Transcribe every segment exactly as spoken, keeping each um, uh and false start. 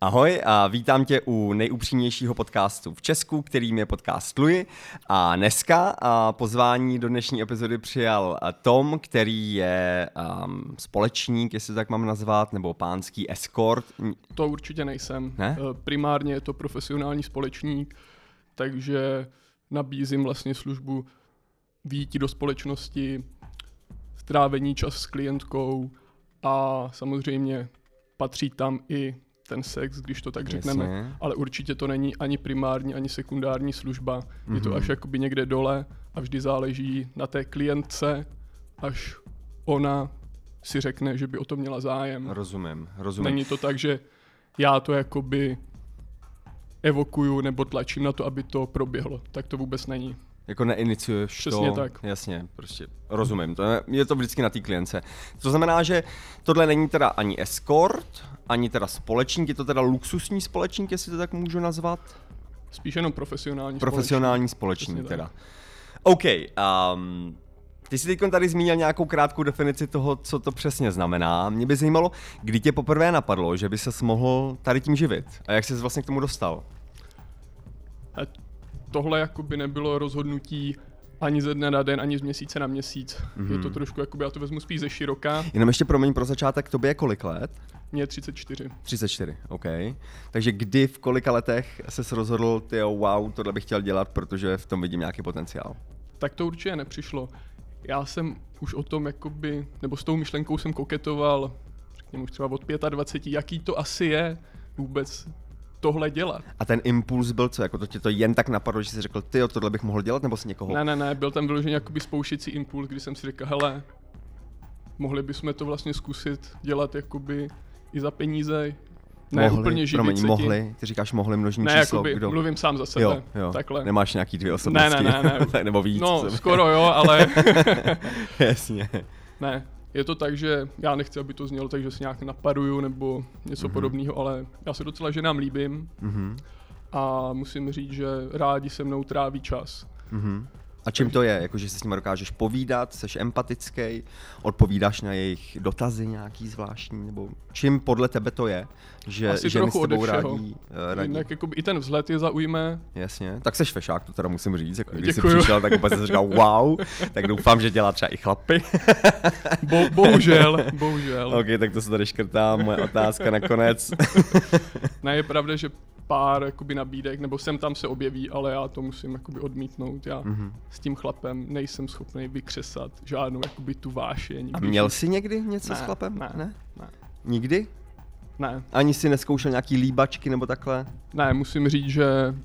Ahoj a vítám tě u nejupřímnějšího podcastu v Česku, kterým je podcast Luji. A dneska a pozvání do dnešní epizody přijal Tom, který je um, společník, jestli to tak mám nazvat, nebo pánský escort. To určitě nejsem. Ne? Primárně je to profesionální společník, takže nabízím vlastně službu výjití do společnosti, strávení čas s klientkou a samozřejmě patří tam i ten sex, když to tak řekneme, Jasně. Ale určitě to není ani primární, ani sekundární služba. Mm-hmm. Je to až jakoby někde dole a vždy záleží na té klientce, až ona si řekne, že by o to měla zájem. Rozumím, rozumím. Není to tak, že já to jakoby evokuju nebo tlačím na to, aby to proběhlo. Tak to vůbec není. Jako neiniciuješ to. Přesně tak. Jasně, prostě rozumím. To je, je to vždycky na té klience. To znamená, že tohle není teda ani escort, ani teda společník, je to teda luxusní společník, jestli to tak můžu nazvat? Spíš jenom profesionální Profesionální společník, společník teda. OK, um, ty jsi teď tady zmínil nějakou krátkou definici toho, co to přesně znamená. Mě by zajímalo, kdy tě poprvé napadlo, že by ses mohl tady tím živit a jak jsi vlastně k tomu dostal? A tohle jakoby nebylo rozhodnutí ani ze dne na den, ani z měsíce na měsíc. Mm-hmm. Je to trošku, jakoby, já to vezmu spíš ze široka. Jenom ještě promiň pro začátek, tobě je kolik let? Mně je třicet čtyři. třicet čtyři, OK. Takže kdy, v kolika letech ses rozhodl, tyjo, wow, tohle bych chtěl dělat, protože v tom vidím nějaký potenciál? Tak to určitě nepřišlo. Já jsem už o tom, jakoby, nebo s tou myšlenkou jsem koketoval, řekněme už třeba od dvacet pět, jaký to asi je vůbec tohle dělat. A ten impuls byl co? Jako to tě to jen tak napadlo, že jsi řekl, tyjo, tohle bych mohl dělat, nebo si někoho? Ne, ne, ne, byl tam vyložený jakoby spouštěcí impuls, kdy jsem si řekl, hele, mohli bychom to vlastně zkusit dělat jakoby i za peníze, ne mohli, úplně živit promiň, se mohli, ty říkáš mohli množní ne, číslo, jakoby, kdo? mluvím sám za sebe, jo, jo. takhle. Nemáš nějaký dvě osobnosti? Ne, ne, ne, ne. Nebo víc? No, skoro jo, ale... Jasně. Ne, je to tak, že já nechci, aby to znělo tak, že si nějak napaduju nebo něco mm-hmm. podobného, ale já se docela ženám líbím mm-hmm. a musím říct, že rádi se mnou tráví čas. Mm-hmm. A čím to je? Jako, že si s nimi dokážeš povídat, seš empatický, odpovídáš na jejich dotazy nějaký zvláštní, nebo čím podle tebe to je, že asi ženy s tebou všeho. radí? radí? Jinak jakoby, i ten vzhled je zaujme. Jasně, tak seš fešák, to teda musím říct, jako, když jsi Děkuju. přišel, tak úplně jsem říkal wow, tak doufám, že dělá třeba i chlapy. Bo, bohužel, bohužel. OK, tak to se tady škrtá, moje otázka nakonec. Ne, je pravda, že pár jakoby nabídek, nebo sem tam se objeví, ale já to musím jakoby odmítnout. Já mm-hmm. s tím chlapem nejsem schopný vykřesat žádnou jakoby tu vášeň. A měl jsi někdy něco ne, s chlapem? Ne, ne, ne. Nikdy? Ne. Ani si neskoušel nějaký líbačky nebo takhle? Ne, musím říct, že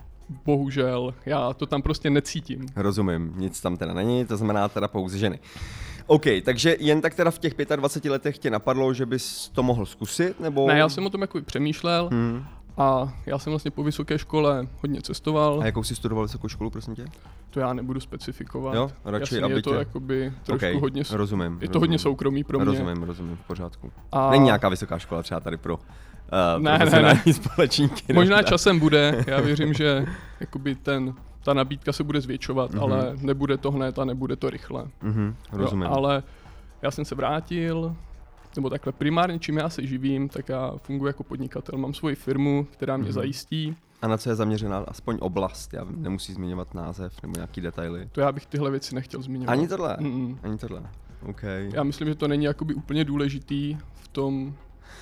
bohužel, já to tam prostě necítím. Rozumím, nic tam teda není, to znamená teda pouze ženy. OK, takže jen tak teda v těch dvaceti pěti letech tě napadlo, že bys to mohl zkusit, nebo? Ne, já jsem o tom jakoby přemýšlel hmm. a já jsem vlastně po vysoké škole hodně cestoval. A jakou jsi studoval vysokou školu, prosím tě? To já nebudu specifikovat. Jo, radši, Jasně, aby je to tě... jakoby trošku okay, hodně, rozumím, je rozumím. to hodně soukromý pro mě. Rozumím, rozumím, v pořádku. A... Není nějaká vysoká škola třeba tady pro uh, ne, profesionální ne, ne. společníky. Možná tak. Časem bude, já věřím, že jakoby ten, ta nabídka se bude zvětšovat, mm-hmm. ale nebude to hned a nebude to rychle. Mm-hmm, rozumím. Jo, ale já jsem se vrátil, nebo takhle primárně, čím já se živím, tak já funguji jako podnikatel. Mám svoji firmu, která mě mm-hmm. zajistí. A na co je zaměřená aspoň oblast? Já nemusím zmiňovat název nebo nějaký detaily. To já bych tyhle věci nechtěl zmiňovat. Ani tohle? Mm-mm. Ani tohle. Okay. Já myslím, že to není jakoby úplně důležitý v tom...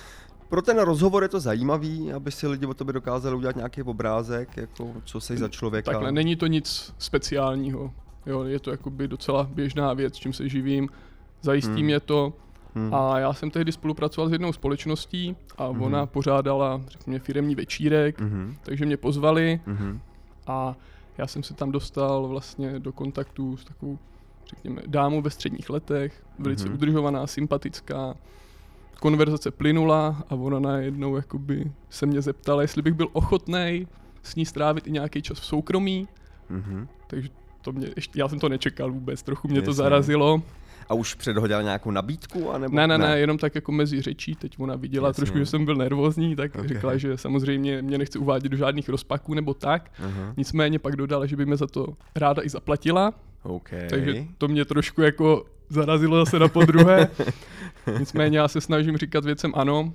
Pro ten rozhovor je to zajímavý, aby si lidi o tobě dokázali udělat nějaký obrázek, jako co jsi za člověka. Takhle, není to nic speciálního. Jo, je to jakoby docela běžná věc, čím se živím. Zajistí hmm. mě to. Hmm. A já jsem tehdy spolupracoval s jednou společností a hmm. ona pořádala, řekněme, firemní večírek, hmm. takže mě pozvali hmm. a já jsem se tam dostal vlastně do kontaktu s takovou, řekněme, dámou ve středních letech, velice hmm. udržovaná, sympatická. Konverzace plynula a ona najednou jakoby se mě zeptala, jestli bych byl ochotnej s ní strávit i nějaký čas v soukromí. Mm-hmm. Takže to mě, ještě, já jsem to nečekal vůbec, trochu mě Jasně. to zarazilo. A už předhodila nějakou nabídku? Anebo... Ne, ne, ne, jenom tak jako mezi řečí, teď ona viděla Jasně. trošku, že jsem byl nervózní, tak okay. řekla, že samozřejmě mě nechce uvádět do žádných rozpaků nebo tak. Uh-huh. Nicméně pak dodala, že by mě za to ráda i zaplatila. Okay. Takže to mě trošku jako zarazilo zase na podruhé. Nicméně já se snažím říkat věcem ano.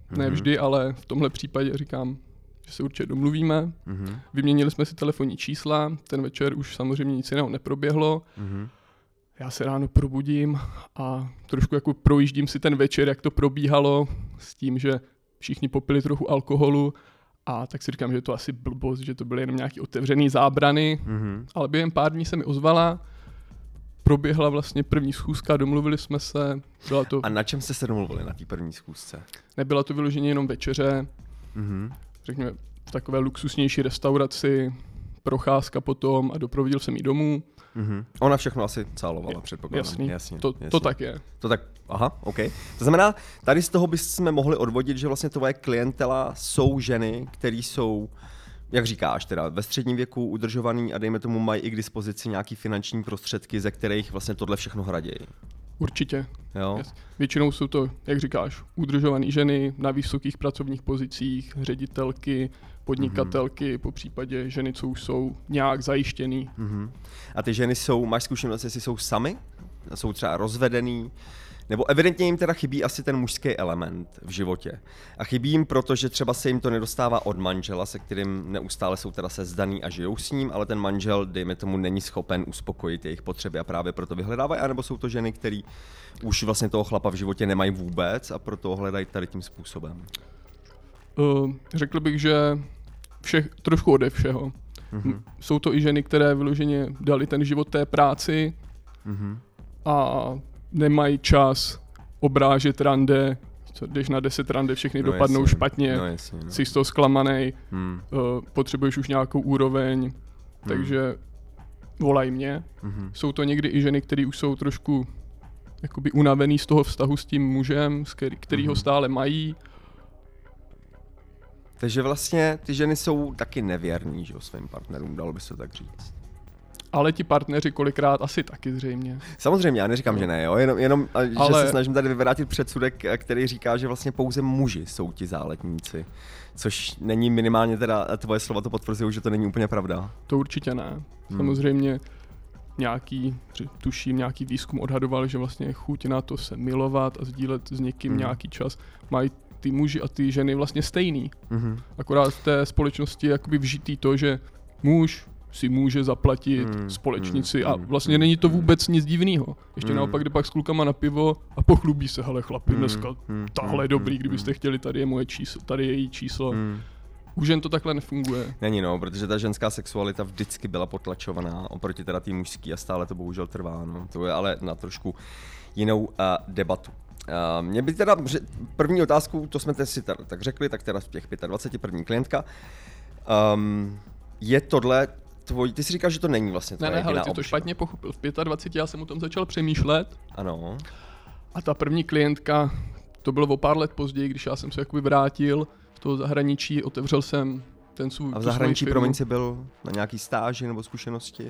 Ne vždy, ale v tomhle případě říkám, že se určitě domluvíme. Mm-hmm. Vyměnili jsme si telefonní čísla, ten večer už samozřejmě nic jiného neproběhlo. Mm-hmm. Já se ráno probudím a trošku jako projíždím si ten večer, jak to probíhalo, s tím, že všichni popili trochu alkoholu a tak si říkám, že je to asi blbost, že to byly jenom nějaké otevřené zábrany, Mm-hmm. ale během pár dní se mi ozvala, proběhla vlastně první schůzka, domluvili jsme se, byla to, A na čem jste se domluvili na té první schůzce? nebyla to vyloženě jenom večeře, Mm-hmm. řekněme v takové luxusnější restauraci, procházka potom a doprovodil jsem ji domů. Mm-hmm. Ona všechno asi cálovala, předpokládám. Jasný, Jasně, to, jasně. to tak je. To tak, aha, OK. To znamená, tady z toho bychom mohli odvodit, že vlastně tvoje klientela jsou ženy, které jsou, jak říkáš, teda ve středním věku udržovaný a dejme tomu mají i k dispozici nějaký finanční prostředky, ze kterých vlastně tohle všechno hradějí. Určitě. Jo? Yes. Většinou jsou to, jak říkáš, udržované ženy na vysokých pracovních pozicích, ředitelky, podnikatelky, mm-hmm. po případě ženy, co už jsou nějak zajištěný. Mm-hmm. A ty ženy jsou, máš zkušenost, jestli jsou samy? Jsou třeba rozvedený? Nebo evidentně jim teda chybí asi ten mužský element v životě. A chybí jim proto, že třeba se jim to nedostává od manžela, se kterým neustále jsou teda sezdaný a žijou s ním, ale ten manžel, dejme tomu, není schopen uspokojit jejich potřeby a právě proto vyhledávají, anebo jsou to ženy, které už vlastně toho chlapa v životě nemají vůbec a proto ho hledají tady tím způsobem. Uh, řekl bych, že všech, trošku ode všeho. Mm-hmm. Jsou to i ženy, které vyloženě dali ten život té práci Mm-hmm. a nemají čas obrážet rande, co jdeš na deset rande, všechny No dopadnou jasně, špatně, no jasně, no. jsi z toho zklamanej, Hmm. uh, potřebuješ už nějakou úroveň, takže volají mě. Mm-hmm. Jsou to někdy i ženy, které už jsou trošku jakoby unavený z toho vztahu s tím mužem, z který, který mm-hmm. ho stále mají. Takže vlastně ty ženy jsou taky nevěrní, že jo, svým partnerům, dalo by se tak říct. Ale ti partneři kolikrát asi taky zřejmě. Samozřejmě, já neříkám, že ne, jo, jenom, jenom že Ale... se snažím tady vyvrátit předsudek, který říká, že vlastně pouze muži jsou ti záletníci. Což není minimálně teda, tvoje slova to potvrzují, že to není úplně pravda. To určitě ne. Hmm. Samozřejmě nějaký, tuším, nějaký výzkum odhadoval, že vlastně chuť na to se milovat a sdílet s někým hmm. nějaký čas mají ty muži a ty ženy vlastně stejný. Hmm. Akorát v té společnosti je jakoby vžitý to, že muž si může zaplatit hmm, společnici hmm, a vlastně hmm, není to vůbec nic divného. Ještě hmm. naopak jde pak s klukama na pivo a pochlubí se, hele chlapi, hmm, dneska hmm, tahle je dobrý, kdybyste chtěli, tady je moje číslo, tady je její číslo. Hmm. U žen to takhle nefunguje. Není no, protože ta ženská sexualita vždycky byla potlačovaná oproti teda tý mužský a stále to bohužel trvá, no. To je ale na trošku jinou uh, debatu. Uh, mě by teda, první otázku, to jsme si teda tak řekli, tak teda v těch dvacet pět první klientka. Um, je tohle tvoj, ty si říkáš, že to není vlastně tvoje Ne, ne, hele, ty option. to špatně pochopil. V dvacet pět já jsem o tom začal přemýšlet. Ano. A ta první klientka, to bylo o pár let později, když já jsem se jakoby vrátil z toho zahraničí, otevřel jsem ten svůj. A v zahraničí promiň jsi byl na nějaký stáži nebo zkušenosti?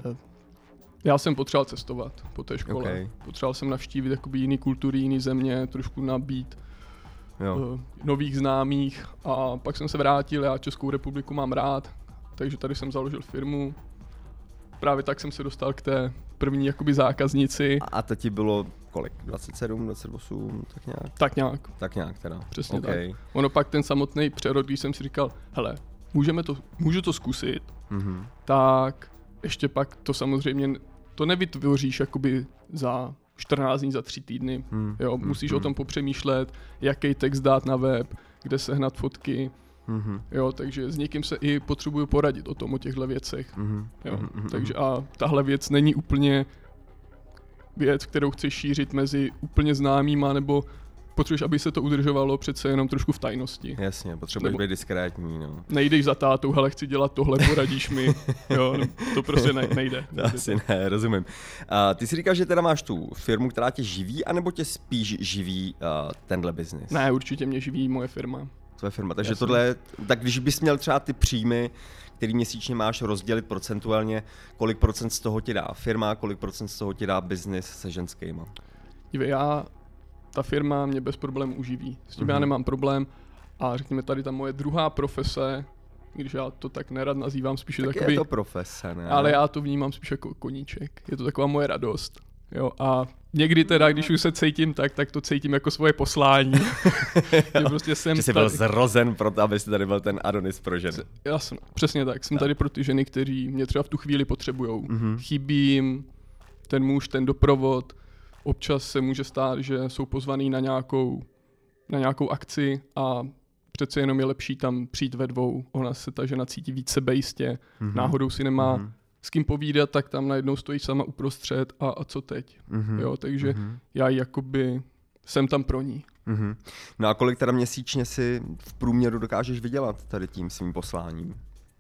Já jsem potřeboval cestovat po té škole. Okay. Potřeboval jsem navštívit jakoby jiný kultury, jiný země, trošku nabít jo. Uh, nových známých a pak jsem se vrátil, já Českou republiku mám rád, takže tady jsem založil firmu. Právě tak jsem se dostal k té první jakoby zákaznici. A to ti bylo kolik? dvacet sedm, dvacet osm, tak nějak? Tak nějak. Tak nějak teda. Přesně okay. tak. Ono pak ten samotný přerod, když jsem si říkal, hele, můžeme to, můžu to zkusit, mm-hmm. tak ještě pak to samozřejmě, to nevytvoříš jakoby za čtrnáct dní, za tři týdny. Mm, jo, mm, musíš mm. o tom popřemýšlet, jaký text dát na web, kde sehnat fotky. Mm-hmm. Jo, takže s někým se i potřebuju poradit o tom, o těchto věcech. Mm-hmm. Jo, mm-hmm. takže a tahle věc není úplně věc, kterou chceš šířit mezi úplně známýma, nebo potřebuješ, aby se to udržovalo přece jenom trošku v tajnosti. Jasně, potřebuješ nebo být diskrétní. No. Nejdeš za tátou, hele, chci dělat tohle, poradíš mi. Jo, to prostě ne, nejde. To asi ne, rozumím. Uh, ty si říkáš, že teda máš tu firmu, která tě živí, anebo tě spíš živí uh, tenhle biznis? Ne, určitě mě živí moje firma. Tvoje firma, takže Jasně. tohle, tak když bys měl třeba ty příjmy, který měsíčně máš rozdělit procentuálně, kolik procent z toho ti dá firma, kolik procent z toho ti dá biznis se ženskýma? Dívej, já, ta firma mě bez problémů uživí, s tím mm-hmm. já nemám problém a řekněme tady ta moje druhá profese, když já to tak nerad nazývám spíše tak takový... je to profese, ne? Ale já to vnímám spíš jako koníček, je to taková moje radost. Jo, a někdy teda, když už se cítím tak, tak to cítím jako svoje poslání. že prostě jsem že jsi byl zrozen pro to, abyste tady byl ten Adonis pro ženy. Jasně, přesně tak. Jsem tak. tady pro ty ženy, kteří mě třeba v tu chvíli potřebujou. Mm-hmm. Chybí jim ten muž, ten doprovod. Občas se může stát, že jsou pozvaný na nějakou, na nějakou akci a přece jenom je lepší tam přijít ve dvou. Ona se ta žena cítí víc sebejistě. Mm-hmm. Náhodou si nemá mm-hmm. s kým povídat, tak tam najednou stojí sama uprostřed a, a co teď. Mm-hmm. Jo, takže mm-hmm. já jakoby jsem tam pro ní. Mm-hmm. No a kolik teda měsíčně si v průměru dokážeš vydělat tady tím svým posláním?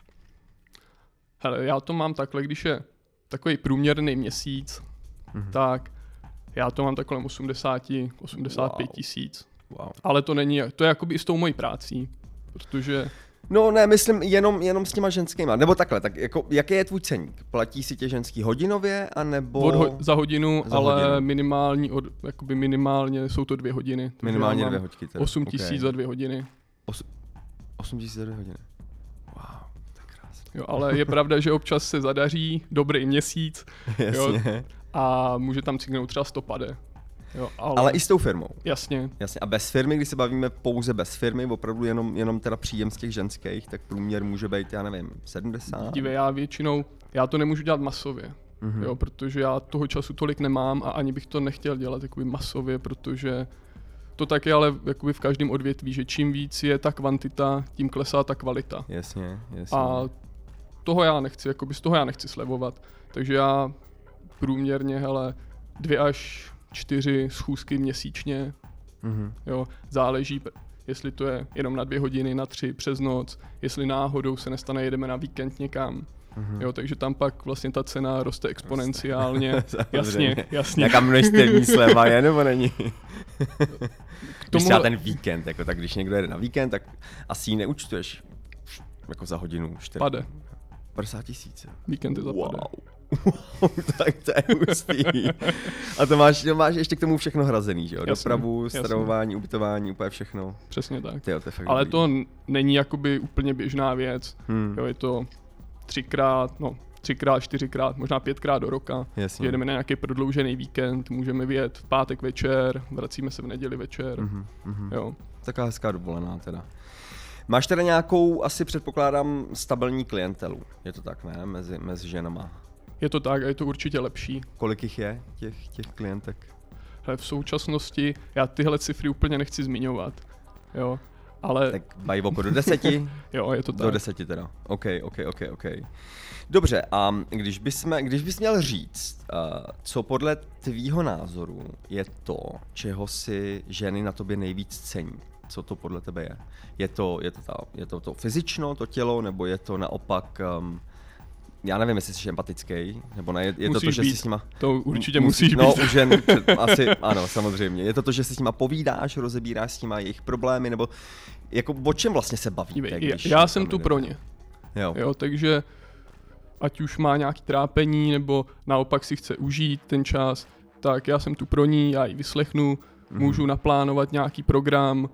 Hele, já to mám takhle, když je takový průměrný měsíc, mm-hmm. tak já to mám tak kolem osmdesát, osmdesát pět wow. tisíc. Wow. Ale to není, to je jakoby i s tou mojí prací, protože... No ne, myslím jenom, jenom s těma ženskýma, nebo takhle, tak jako, jaký je tvůj ceník? Platí si tě ženský hodinově, anebo... Ho- za hodinu, za ale hodinu. minimální, od, jakoby minimálně jsou to dvě hodiny. Minimálně dvě hodiny. osm tisíc okay. za dvě hodiny. osm tisíc za dvě hodiny. Wow, to je krásné. Jo, ale je pravda, že občas se zadaří, dobrý měsíc. Jasně. Jo, a může tam cíknout třeba sto pade. Jo, ale... ale i s tou firmou. Jasně. Jasně. A bez firmy, když se bavíme pouze bez firmy, opravdu jenom, jenom teda příjem z těch ženských, tak průměr může být, já nevím, sedmdesát? Dívej, já většinou, já to nemůžu dělat masově, mm-hmm. jo, protože já toho času tolik nemám a ani bych to nechtěl dělat jakoby masově, protože to tak je ale jakoby v každém odvětví, že čím víc je ta kvantita, tím klesá ta kvalita. Jasně, jasně. A toho já nechci, jakoby z toho já nechci slevovat, takže já průměrně, hele, dvě až čtyři schůzky měsíčně, mm-hmm. jo, záleží, jestli to je jenom na dvě hodiny, na tři přes noc, jestli náhodou se nestane, jedeme na víkend někam, mm-hmm. jo, takže tam pak vlastně ta cena roste exponenciálně, jasně, jasně. Jaká množstevní sleva je, nebo není? Když třeba ten víkend, jako tak když někdo jede na víkend, tak asi ji neúčtuješ jako za hodinu čtyři. Pade. padesát tisíc. Víkendy zapade. Wow. Wow, tak to je hustý. A to máš, to máš ještě k tomu všechno hrazený, že jo? Jasně, dopravu, stravování, ubytování, úplně všechno. Přesně tak. Tyjo, to ale dobrý. to není jakoby úplně běžná věc. Hmm. Jo, je to třikrát, no třikrát, čtyřikrát, možná pětkrát do roka. Jasně. Jedeme na nějaký prodloužený víkend, můžeme vyjet v pátek večer, vracíme se v neděli večer. Mm-hmm, mm-hmm. Jo. Taková hezká dovolená teda. Máš teda nějakou, asi předpokládám, stabilní klientelu. Je to tak, ne? Mezi, mezi ženama. Je to tak a je to určitě lepší. Kolik jich je, těch, těch klientek? Hele, v současnosti, já tyhle cifry úplně nechci zmiňovat, jo, ale... Tak mají oko do deseti? Jo, je to tak. Do deseti teda, ok, ok, ok, ok. Dobře, a když bys, mě, když bys měl říct, uh, co podle tvýho názoru je to, čeho si ženy na tobě nejvíc cení? Co to podle tebe je? Je to, je to, ta, je to, to fyzično, to tělo, nebo je to naopak... Um, já nevím, jestli jsi empatický, nebo ne, je, je to to, že být. si s nima... To určitě musíš, musíš no, být. No, už jen, asi, ano, samozřejmě. Je to to, že si s nima povídáš, rozebíráš s nima jejich problémy, nebo jako o čem vlastně se bavíte? Já, když já jsem tu pro ně. Jo. jo. Takže ať už má nějaký trápení, nebo naopak si chce užít ten čas, tak já jsem tu pro ní, já ji vyslechnu, mm. můžu naplánovat nějaký program,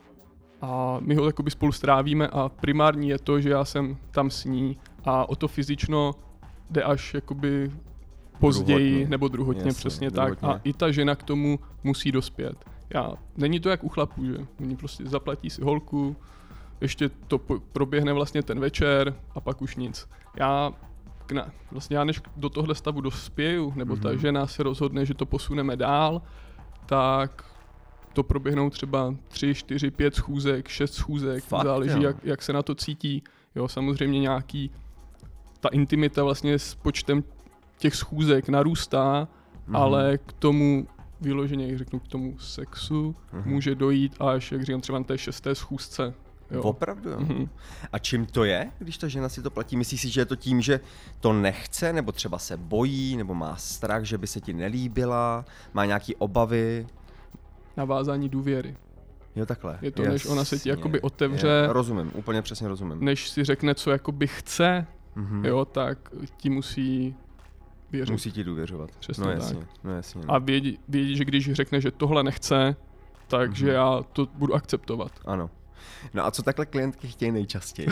a my ho takoby spolu strávíme a primární je to, že já jsem tam s ní a o to fyzično jde až jakoby později druhotně. nebo druhotně, Jasně, přesně druhotně. tak. A i ta žena k tomu musí dospět. Já, není to jak u chlapů, že oni prostě zaplatí si holku, ještě to po, proběhne vlastně ten večer a pak už nic. Já, ne, vlastně já než do tohle stavu dospěju, nebo mm-hmm. ta žena se rozhodne, že to posuneme dál, tak to proběhnou třeba tři, čtyři, pět schůzek, šest schůzek, Fakt, záleží, jak, jak se na to cítí. Jo, samozřejmě nějaký, ta intimita vlastně s počtem těch schůzek narůstá, mm-hmm. ale k tomu vyloženě, jak řeknu, k tomu sexu mm-hmm. může dojít až, jak říkám, třeba na té šesté schůzce. Jo. Opravdu, jo. Mm-hmm. A čím to je, když ta žena si to platí? Myslíš si, že je to tím, že to nechce, nebo třeba se bojí, nebo má strach, že by se ti nelíbila, má nějaký obavy? Navázání důvěry. Jo, takhle. Je to, Jasně. než ona se ti jakoby otevře. Je, rozumím, úplně přesně rozumím. Než si řekne, co jakoby chce, mm-hmm. jo, tak ti musí věřit. Musí ti důvěřovat. Přesně no jasně, tak. No jasně. No. A vědí, vědí, že když řekne, že tohle nechce, takže mm-hmm. já to budu akceptovat. Ano. No a co takhle klientky chtějí nejčastěji?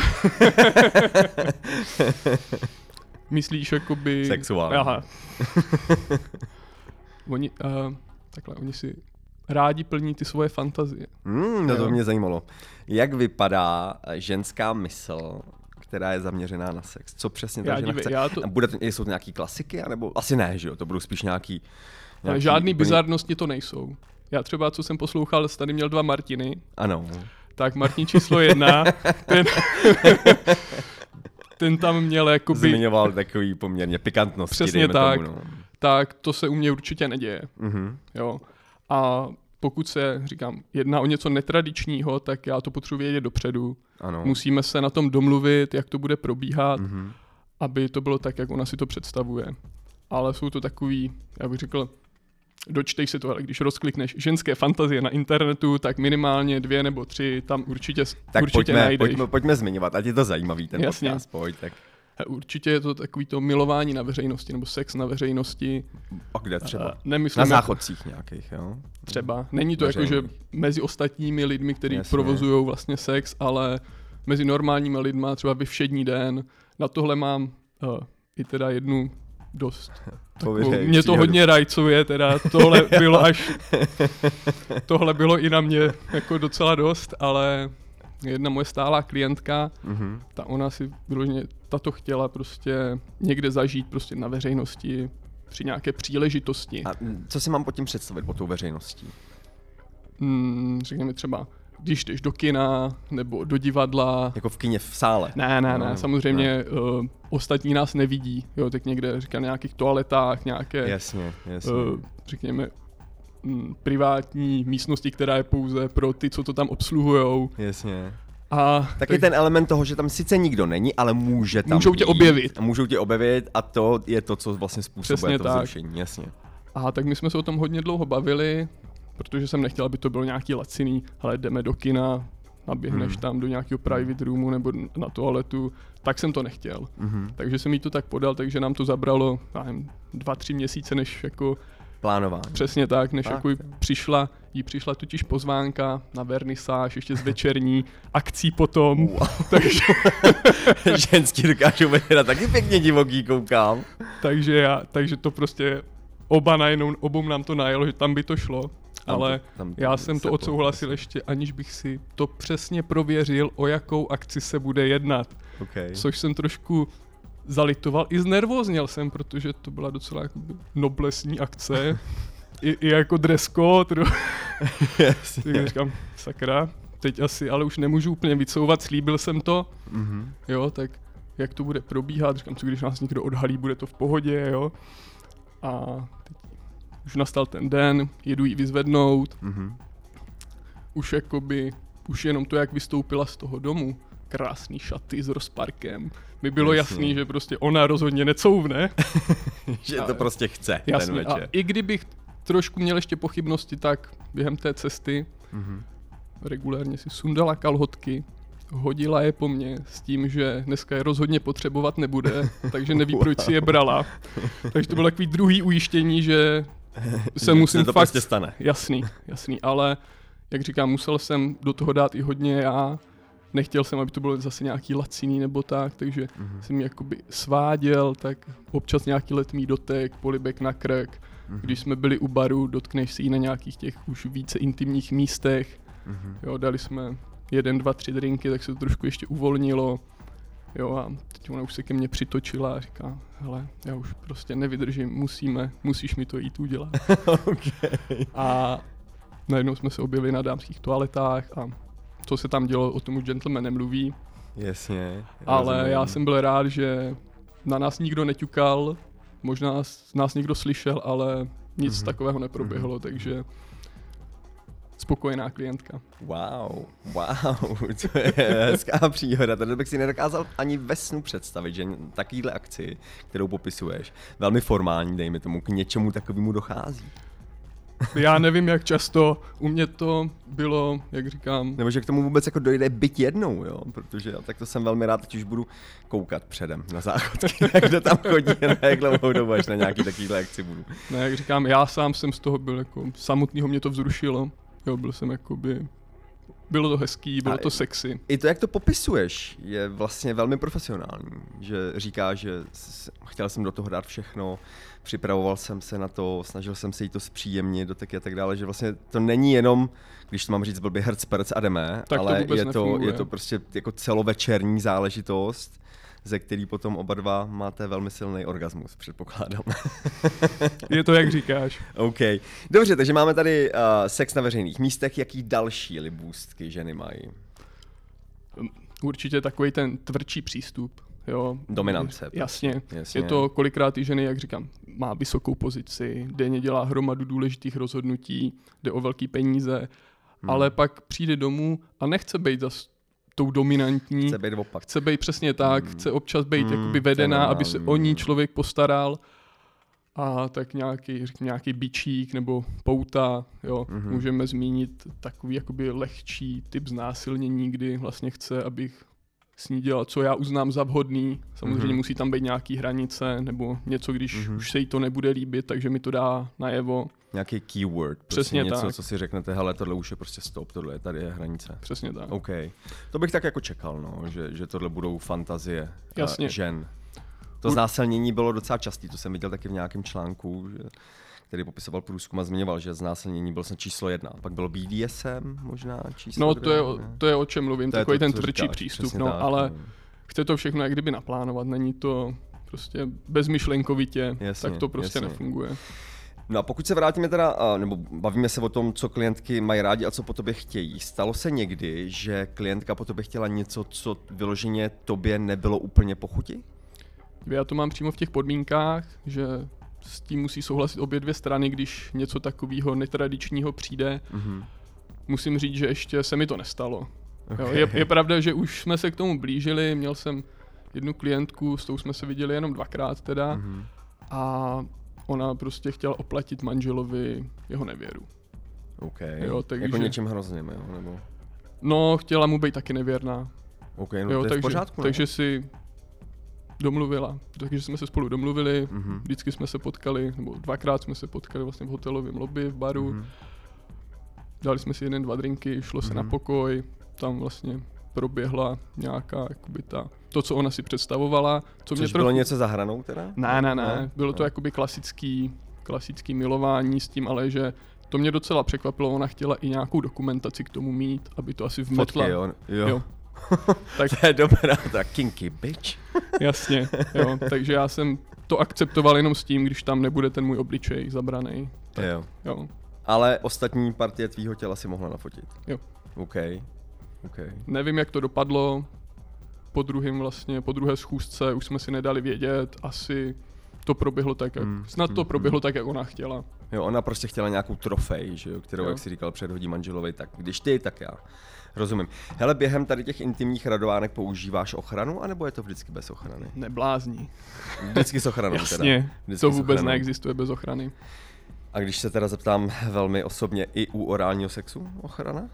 Myslíš jakoby... Sexuálně. Aha. oni, uh, takhle, oni si rádi plní ty svoje fantazie. Mm, no to mě zajímalo. Jak vypadá ženská mysl, která je zaměřená na sex? Co přesně ta žena chce? Já to... Bude to, jsou to nějaký klasiky? Anebo asi ne, že jo? To budou spíš nějaký... nějaký žádný úplně... bizarnosti to nejsou. Já třeba, co jsem poslouchal, tady měl dva Martiny. Ano. Tak Martin číslo jedna, ten, ten tam měl jakoby... Zmiňoval takový poměrně pikantnosti. Přesně tak. Tomu, no. Tak to se u mě určitě neděje. Mm-hmm. Jo. A pokud se, říkám, jedná o něco netradičního, tak já to potřebuji vědět dopředu. Ano. Musíme se na tom domluvit, jak to bude probíhat, mm-hmm. aby to bylo tak, jak ona si to představuje. Ale jsou to takový, já bych řekl, dočtej si to, ale když rozklikneš ženské fantazie na internetu, tak minimálně dvě nebo tři tam určitě, tak určitě pojďme, najdeš. Pojďme, pojďme zmiňovat, ať je to zajímavý ten Jasně. podcast. Pojď, tak. Určitě je to takový to milování na veřejnosti, nebo sex na veřejnosti. A kde třeba? A nemyslím na záchodcích jako, nějakých, jo? Třeba. Není to Veřejný. jako, že mezi ostatními lidmi, kteří provozují vlastně sex, ale mezi normálními lidma, třeba ve všední den. Na tohle mám uh, i teda jednu dost. Takovou, mě to hodně rajcuje, teda tohle bylo až, tohle bylo i na mě jako docela dost, ale jedna moje stálá klientka, mm-hmm. ta ona si vyloženě, tato chtěla prostě někde zažít prostě na veřejnosti při nějaké příležitosti. A co si mám pod tím představit, pod tou veřejností? Hmm, řekněme třeba, když jdeš do kina nebo do divadla. Jako v kině v sále? Ne, ne, ne, no, samozřejmě ne. Uh, ostatní nás nevidí, jo, tak někde říkám na nějakých toaletách, nějaké, jasně, jasně. Uh, řekněme, m, privátní místnosti, která je pouze pro ty, co to tam obsluhujou. Jasně. A tak je ten element toho, že tam sice nikdo není, ale může tam Můžou tě objevit. A můžou tě objevit a to je to, co vlastně způsobuje přesně to vzrušení, jasně. A tak my jsme se o tom hodně dlouho bavili, protože jsem nechtěl, aby to bylo nějaký laciný, ale jdeme do kina, naběhneš hmm. tam do nějakého private roomu nebo na toaletu, tak jsem to nechtěl. Hmm. Takže jsem jí to tak podal, takže nám to zabralo, nevím, dva, tři měsíce, než jako... Plánování. Přesně tak, než tak, jako jí přišla, jí přišla totiž pozvánka na vernisáž, ještě z večerní akcí potom. Wow. Takže... Ženský dokážou vyhrat taky pěkně divoký, koukám. takže, já, takže to prostě oba najednou, obou nám to najelo, že tam by to šlo. Tam ale to, tam já jsem to odsouhlasil ještě, aniž bych si to přesně prověřil, o jakou akci se bude jednat. Okay. Což jsem trošku zalitoval. I znervózněl jsem, protože to byla docela noblesní akce. I, i jako dress code. yes, tak říkám, sakra, teď asi, ale už nemůžu úplně vycouvat, slíbil jsem to. Mm-hmm. Jo, tak jak to bude probíhat, říkám, co když nás někdo odhalí, bude to v pohodě, jo. A teď už nastal ten den, jedu jí vyzvednout. Mm-hmm. Už jakoby, už jenom to, jak vystoupila z toho domu, krásný šaty s rozparkem. Mi bylo jasný, jasný že prostě ona rozhodně necouvne. že to prostě chce jasný, ten večer. A i kdybych trošku měl ještě pochybnosti, tak během té cesty mm-hmm. regulérně si sundala kalhotky, hodila je po mně s tím, že dneska je rozhodně potřebovat nebude, takže neví, proč si je brala. Takže to bylo takový druhý ujištění, že se musím to fakt... prostě stane. Jasný, jasný, ale jak říkám, musel jsem do toho dát i hodně já. Nechtěl jsem, aby to bylo zase nějaký laciný nebo tak, takže mm-hmm. jsem jakoby sváděl, tak občas nějaký letmý dotek, polibek na krk. Mm-hmm. Když jsme byli u baru, dotkneš si ji na nějakých těch už více intimních místech. Mm-hmm. Jo, dali jsme jeden, dva, tři drinky, tak se to trošku ještě uvolnilo. Jo, a teď ona už se ke mně přitočila a říká, hele, já už prostě nevydržím, musíme, musíš mi to jít udělat. okay. A najednou jsme se objevili na dámských toaletách a co se tam dělo, o tom už gentleman nemluví. Jasně. Ale rozumím. já jsem byl rád, že na nás nikdo neťukal, možná nás někdo slyšel, ale nic mm-hmm. takového neproběhlo, mm-hmm. takže spokojená klientka. Wow, wow, to je hezká příhoda. Tady bych si nedokázal ani ve snu představit, že takovýhle akci, kterou popisuješ, velmi formální, dejme tomu, k něčemu takovému dochází. Já nevím, jak často, u mě to bylo, jak říkám... Nebo že k tomu vůbec jako dojde byť jednou, jo, protože já tak to jsem velmi rád, teď už budu koukat předem na záchodky, jak to tam chodí, na jak dlouhou dobu, až na nějaký takovýhle akci budu. Ne, jak říkám, já sám jsem z toho byl jako, samotného mě to vzrušilo, jo, byl jsem jakoby bylo to hezký, bylo a to sexy. I to, jak to popisuješ, je vlastně velmi profesionální. Že říkáš, že chtěl jsem do toho dát všechno, připravoval jsem se na to, snažil jsem se jí to zpříjemnit, doteky a tak dále, že vlastně to není jenom, když to mám říct blbě, herc, perc a jdeme, tak ale to je, to, nefunguje. je to prostě jako celovečerní záležitost, ze který potom oba dva máte velmi silný orgasmus, předpokládám. Je to, jak říkáš. OK. Dobře, takže máme tady uh, sex na veřejných místech. Jaký další libůstky ženy mají? Určitě takový ten tvrdší přístup. Jo. Dominance. Jasně. Jasně. Je to kolikrát ty ženy, jak říkám, má vysokou pozici, denně dělá hromadu důležitých rozhodnutí, jde o velký peníze, hmm. ale pak přijde domů a nechce být zas tou dominantní. Chce být opak. Chce být přesně tak, hmm. chce občas být hmm. jakoby vedená, aby se hmm. o ní člověk postaral. A tak nějaký, řekněme, nějaký bičík nebo pouta, jo, mm-hmm. můžeme zmínit takový jakoby lehčí typ znásilnění, kdy vlastně chce, abych s ní dělal, co já uznám za vhodný. Samozřejmě mm-hmm. musí tam být nějaký hranice nebo něco, když mm-hmm. už se jí to nebude líbit, takže mi to dá najevo. Nějaký keyword, prostě přesně něco, tak. co si řeknete, hele, tohle už je prostě stop, tohle je, tady je hranice. Přesně tak. OK. To bych tak jako čekal, no, že, že tohle budou fantazie Jasně. Uh, žen. To znásilnění bylo docela častý, to jsem viděl taky v nějakém článku, že, který popisoval průzkum a zmiňoval, že znásilnění byl snad číslo jedna. Pak bylo B D S M možná číslo No dvě, to je, o, to je o čem mluvím, to takový to, ten tvrdší říkáš, přístup, no, tak, ale no. chce to všechno jak kdyby naplánovat, není to prostě bezmyšlenkovitě, jasně, tak to prostě jasně. nefunguje. No a pokud se vrátíme teda, nebo bavíme se o tom, co klientky mají rádi a co po tobě chtějí. Stalo se někdy, že klientka po tobě chtěla něco, co vyloženě tobě nebylo úplně po chuti? Já to mám přímo v těch podmínkách, že s tím musí souhlasit obě dvě strany, když něco takového netradičního přijde. Mm-hmm. Musím říct, že ještě se mi to nestalo. Okay. Jo, je, je pravda, že už jsme se k tomu blížili, měl jsem jednu klientku, s tou jsme se viděli jenom dvakrát teda mm-hmm. a ona prostě chtěla oplatit manželovi jeho nevěru. OK, jo, takže, jako něčím hrozným, jo? Nebo... No, chtěla mu být taky nevěrná. OK, no jo, to je takže, v pořádku. Takže ne? si domluvila, takže jsme se spolu domluvili, mm-hmm. vždycky jsme se potkali, nebo dvakrát jsme se potkali vlastně v hotelovém lobby, v baru. Mm-hmm. Dali jsme si jeden, dva drinky, šlo se mm-hmm. na pokoj, tam vlastně proběhla nějaká, jakoby ta, to, co ona si představovala. Co Což mě bylo trochu... něco za hranou teda? Ne, ne, ne, no, bylo no. to jakoby klasický, klasický milování s tím, ale že to mě docela překvapilo, ona chtěla i nějakou dokumentaci k tomu mít, aby to asi vmetla. Fotky, jo. jo. jo. Tak... To je dobrá, tak kinky bitch. Jasně, jo, takže já jsem to akceptoval jenom s tím, když tam nebude ten můj obličej zabraný. Tak, jo. jo. Ale ostatní partie tvýho těla si mohla nafotit. Jo. OK. Okay. Nevím, jak to dopadlo. Po druhém vlastně, po druhé schůzce už jsme si nedali vědět. Asi to proběhlo tak, jak, mm, snad to mm, proběhlo mm. tak, jak ona chtěla. Jo, ona prostě chtěla nějakou trofej, že jo, kterou, jo. jak si říkal, předhodí manželovi, tak když ty, tak já. Rozumím. Hele, během tady těch intimních radovánek používáš ochranu, anebo je to vždycky bez ochrany? Neblázní. Vždycky s ochranou Jasně, teda. Vždycky to vůbec neexistuje bez ochrany. A když se teda zeptám velmi osobně, i u orálního sexu ochrana?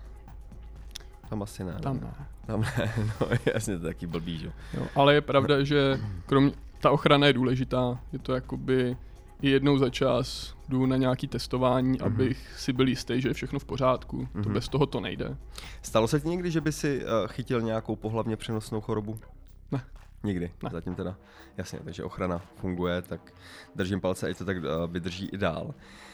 Tam asi ne. Tam ne. Tam ne, no jasně, to je taky blbý, že jo. Ale je pravda, že kromě, ta ochrana je důležitá. Je to jakoby i jednou za čas jdu na nějaký testování, mm-hmm. abych si byl jistý, že je všechno v pořádku. Mm-hmm. To bez toho to nejde. Stalo se ti někdy, že by si uh, chytil nějakou pohlavně přenosnou chorobu? Ne. Nikdy, ne. Zatím teda. Jasně, takže ochrana funguje, tak držím palce, ať to tak uh, vydrží i dál.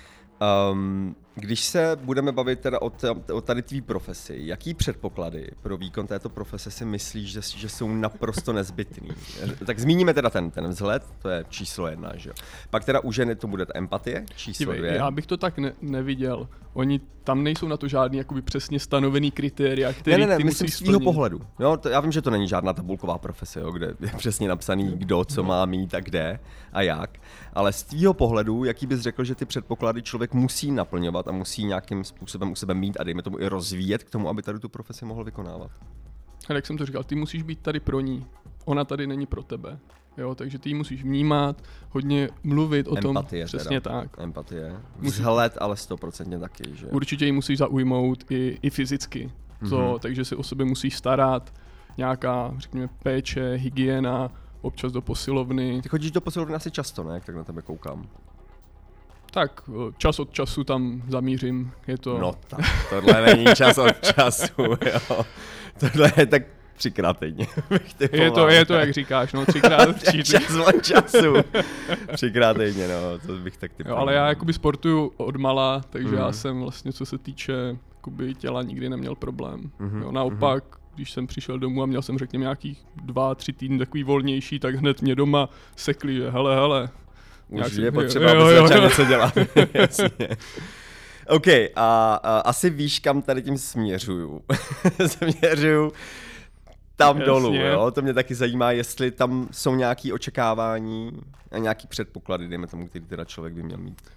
Um, když se budeme bavit teda o, t- o tady tvý profesi, jaký předpoklady pro výkon této profese si myslíš, že, že jsou naprosto nezbytný? Tak zmíníme teda ten, ten vzhled, to je číslo jedna, že jo. Pak teda u ženy to bude empatie, číslo Dívej, dvě. Já bych to tak ne- neviděl. Oni tam nejsou na to žádný jakoby přesně stanovený kritéria, který ne, ne, ne, ty myslím musíš z tvýho splnit. pohledu. Jo, to, já vím, že to není žádná tabulková profese, jo, kde je přesně napsaný, kdo co má mít a kde a jak. Ale z tvýho pohledu, jaký bys řekl, že ty předpoklady člověk musí naplňovat a musí nějakým způsobem u sebe mít a dejme tomu i rozvíjet k tomu, aby tady tu profesi mohl vykonávat? Ale jak jsem to říkal, ty musíš být tady pro ní. Ona tady není pro tebe. Jo, takže ty ji musíš vnímat, hodně mluvit o tom. Empatie Přesně teda. tak. Empatie. Vzhled, ale stoprocentně taky, že? Určitě ji musíš zaujmout i, i fyzicky. To, mm-hmm. Takže si o sebe musíš starat. Nějaká, řekněme, péče, hygiena, občas do posilovny. Ty chodíš do posilovny asi často, ne? Jak tak na tebe koukám. Tak čas od času tam zamířím, je to... No tak, tohle není čas od času, jo. Tohle je tak třikrát týdně. Je to, je to, jak říkáš, no, třikrát týdně. Čas od času. Třikrát týdně, no, to bych tak typoval. Ale já jakoby sportuju od mala, takže mm. já jsem vlastně, co se týče jakoby těla, nikdy neměl problém. Mm-hmm. Jo, naopak, mm-hmm. když jsem přišel domů a měl jsem, řekněme, nějakých dva, tři týdny takový volnější, tak hned mě doma sekli, že hele, hele. Už je potřeba, aby se začal něco dělat. Jasně. OK, a, a asi víš, kam tady tím směřuju. Směřuju tam Jasně. dolů, jo? To mě taky zajímá, jestli tam jsou nějaké očekávání a nějaký předpoklady, dejme tomu, který teda člověk by měl mít.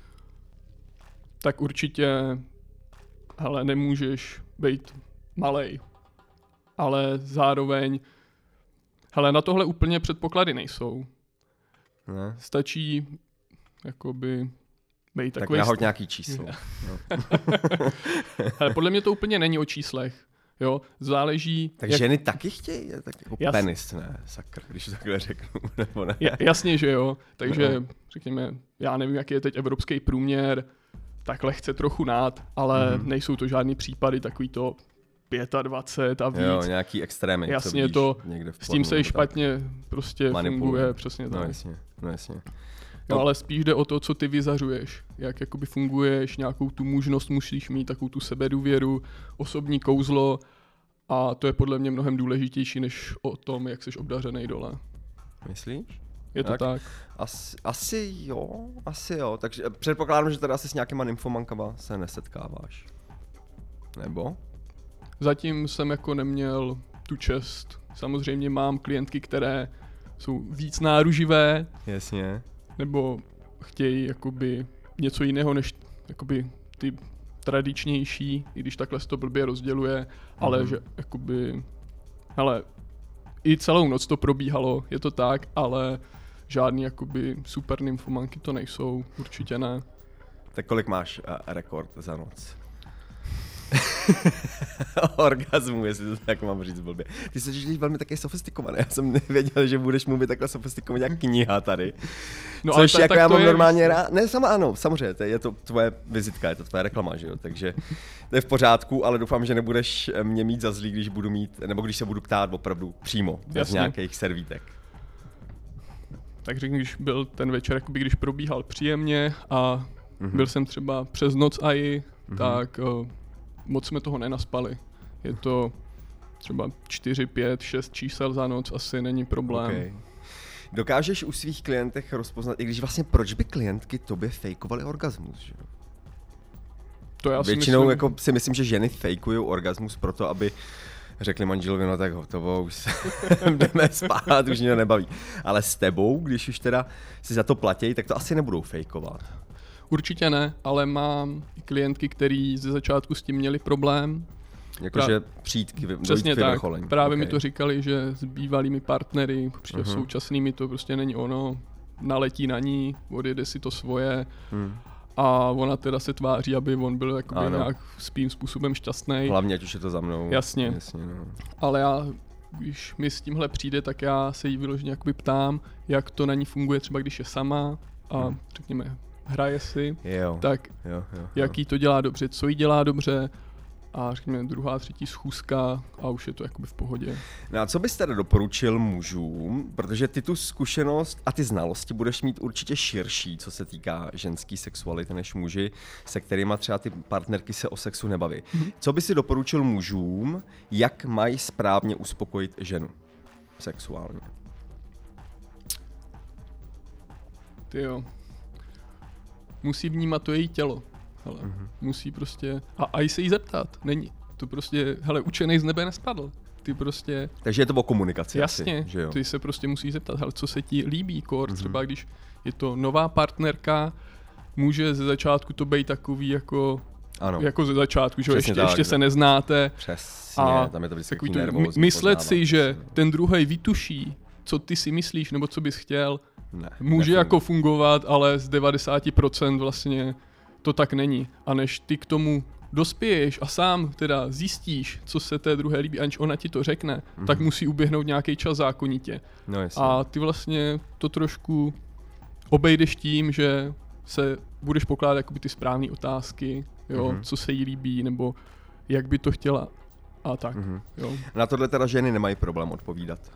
Tak určitě, hele, nemůžeš být malej, ale zároveň, hele, na tohle úplně předpoklady nejsou. Ne? Stačí, jakoby, být takový... Tak nahoď nějaký číslo. No. Ale podle mě to úplně není o číslech. Jo, záleží... Tak jak... ženy taky chtějí? Tak jako Jas... penis, ne? Sakr, když to takhle řeknu, nebo ne? Ja, jasně, že jo. Takže, no. řekněme, já nevím, jaký je teď evropský průměr, tak lehce trochu nad, ale mm. nejsou to žádný případy, takový to dvacet pět a víc. Jo, nějaký extrémy. Jasně, víš, to s tím se špatně prostě funguje, přesně no, tak. Jasně, no jasně. No, ale spíš jde o to, co ty vyzařuješ, jak jakoby funguješ, nějakou tu možnost musíš mít, takovou tu sebedůvěru, osobní kouzlo a to je podle mě mnohem důležitější, než o tom, jak jsi obdařenej dole. Myslíš? Je to tak? tak? Asi, asi jo, asi jo, takže předpokládám, že teda asi s nějakýma nymfomankama se nesetkáváš. Nebo? Zatím jsem jako neměl tu čest. Samozřejmě mám klientky, které jsou víc náruživé. Jasně. Nebo chtějí jakoby něco jiného než jakoby ty tradičnější, i když takhle se to blbě rozděluje, ale mm. že jakoby, hele, i celou noc to probíhalo, je to tak, ale žádný jakoby super nymfomanky to nejsou, určitě ne. Tak kolik máš uh, rekord za noc? Orgazmu, jestli to tak mám říct blbě. Ty jsi velmi taky sofistikovaný, já jsem nevěděl, že budeš mluvit takhle sofistikovaně jak kniha tady. No, což ta, jako já mám normálně rád. Ne, sama ano, samozřejmě, to je to tvoje vizitka, je to tvoje reklama, že jo, takže to je v pořádku, ale doufám, že nebudeš mě mít za zlý, když budu mít, nebo když se budu ptát opravdu přímo, bez Jasně. nějakých servítek. Tak řekni, když byl ten večer, jakoby když probíhal příjemně a mm-hmm. byl jsem třeba přes noc a i, mm-hmm. tak uh, moc jsme toho nenaspali. Je to třeba čtyři, pět, šest čísel za noc, asi není problém. Okay. Dokážeš u svých klientech rozpoznat, i když vlastně proč by klientky tobě fejkovaly orgasmus, že? To já si Většinou myslím... jako si myslím, že ženy fejkují orgasmus proto, aby řekli manželovi, no tak hotovo, už se jdeme spát, už mě nebaví. Ale s tebou, když už teda si za to platí, tak to asi nebudou fejkovat. Určitě ne, ale mám klientky, který ze začátku s tím měli problém. Jakože přijít k Přesně tak, právě okay. mi to říkali, že s bývalými partnery, uh-huh. současnými to prostě není ono, naletí na ní, odjede si to svoje hmm. a ona teda se tváří, aby on byl jakoby nějak svým způsobem šťastný. Hlavně, ať už je to za mnou. Jasně, Jasně no. Ale já, když mi s tímhle přijde, tak já se jí vyloženě jakoby ptám, jak to na ní funguje, třeba když je sama a hmm. řekněme, hraje si, jo. tak jo, jo, jo. jaký to dělá dobře, co jí dělá dobře a řekněme druhá, třetí schůzka a už je to jakoby v pohodě. No a co bys teda doporučil mužům, protože ty tu zkušenost a ty znalosti budeš mít určitě širší, co se týká ženský sexuality než muži, se kterýma třeba ty partnerky se o sexu nebaví. Mm-hmm. Co bys si doporučil mužům, jak mají správně uspokojit ženu sexuálně? Tyjo. Musí vnímat to její tělo. Hele, mm-hmm. musí prostě, a, a i se jí zeptat, není, to prostě, hele, učenej z nebe nespadl, ty prostě. Takže je to o komunikaci. Jasně, asi, že jo? Ty se prostě musí zeptat, hele, co se ti líbí, kor, mm-hmm. třeba když je to nová partnerka, může ze začátku to být takový jako, ano. jako ze začátku, že ještě, tak, ještě se neznáte. Přesně, a tam je to vždycky nervózní. Myslet si, že ten druhej vytuší, co ty si myslíš, nebo co bys chtěl, ne, může nefunguje. Jako fungovat, ale z devadesát procent vlastně to tak není. A než ty k tomu dospěješ a sám teda zjistíš, co se té druhé líbí, aniž ona ti to řekne, mm-hmm. tak musí uběhnout nějaký čas zákonitě. No, a ty vlastně to trošku obejdeš tím, že se budeš pokládat jakoby ty správné otázky, jo, mm-hmm. co se jí líbí, nebo jak by to chtěla a tak. Mm-hmm. Jo. Na tohle teda ženy nemají problém odpovídat.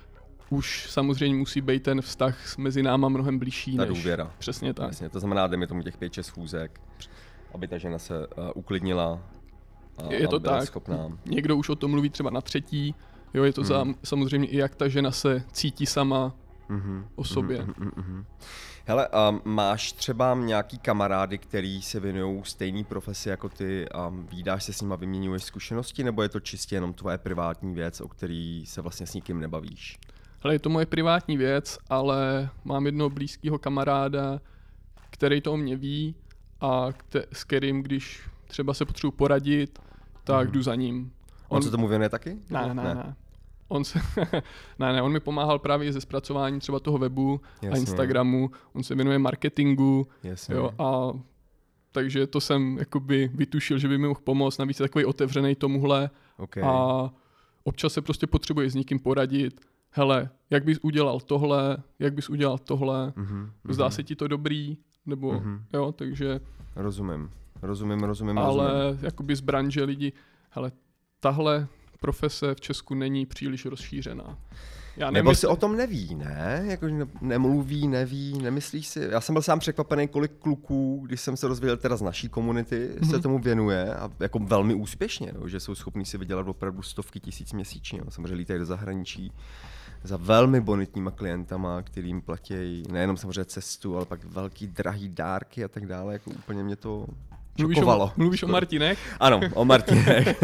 Už samozřejmě musí být ten vztah mezi náma mnohem blížší. Ta než... důvěra. Přesně tak. Přesně, to znamená, dejme tomu těch pět, šest schůzek, aby ta žena se uh, uklidnila a, je to a byla tak. schopná. Někdo už o tom mluví třeba na třetí. Jo, je to mm. za, samozřejmě i jak ta žena se cítí sama mm-hmm. o sobě. Mm-hmm, mm-hmm. Hele, um, máš třeba nějaký kamarády, který se věnují stejné profesi jako ty a vídáš se s nima, vyměňuješ zkušenosti, nebo je to čistě jenom tvoje privátní věc, o který se vlastně s nikým nebavíš? Hele, je to moje privátní věc, ale mám jednoho blízkého kamaráda, který to o mě ví a kte- s kterým, když třeba se potřebuji poradit, tak mm. jdu za ním. On, on se tomu věnuje taky? Ne, ne, ne. ne. On se, ne, ne, on mi pomáhal právě ze zpracování třeba toho webu Jasně. a Instagramu, on se věnuje marketingu, Jasně. jo, a takže to jsem jakoby vytušil, že by mi mohl pomoct, navíc je takový otevřenej tomuhle okay. a občas se prostě potřebuje s někým poradit, hele, jak bys udělal tohle, jak bys udělal tohle, mm-hmm, zdá mm-hmm. se ti to dobrý, nebo mm-hmm. jo, takže... Rozumím, rozumím, rozumím, ale rozumím. jakoby z branže lidi, hele, tahle profese v Česku není příliš rozšířená. Já Nebo si o tom neví, ne? Jako nemluví, neví, nemyslíš si? Já jsem byl sám překvapený, kolik kluků, když jsem se dozvěděl teda z naší komunity, mm-hmm. se tomu věnuje a jako velmi úspěšně, no, že jsou schopní si vydělat opravdu stovky tisíc měsíčně. No. Samozřejmě lítají do zahraničí za velmi bonitníma klientama, kterým platí nejenom samozřejmě cestu, ale pak velký drahý dárky a tak dále. Jako úplně mě to... Mluvíš o, mluvíš o Martinech? Ano, o Martinech.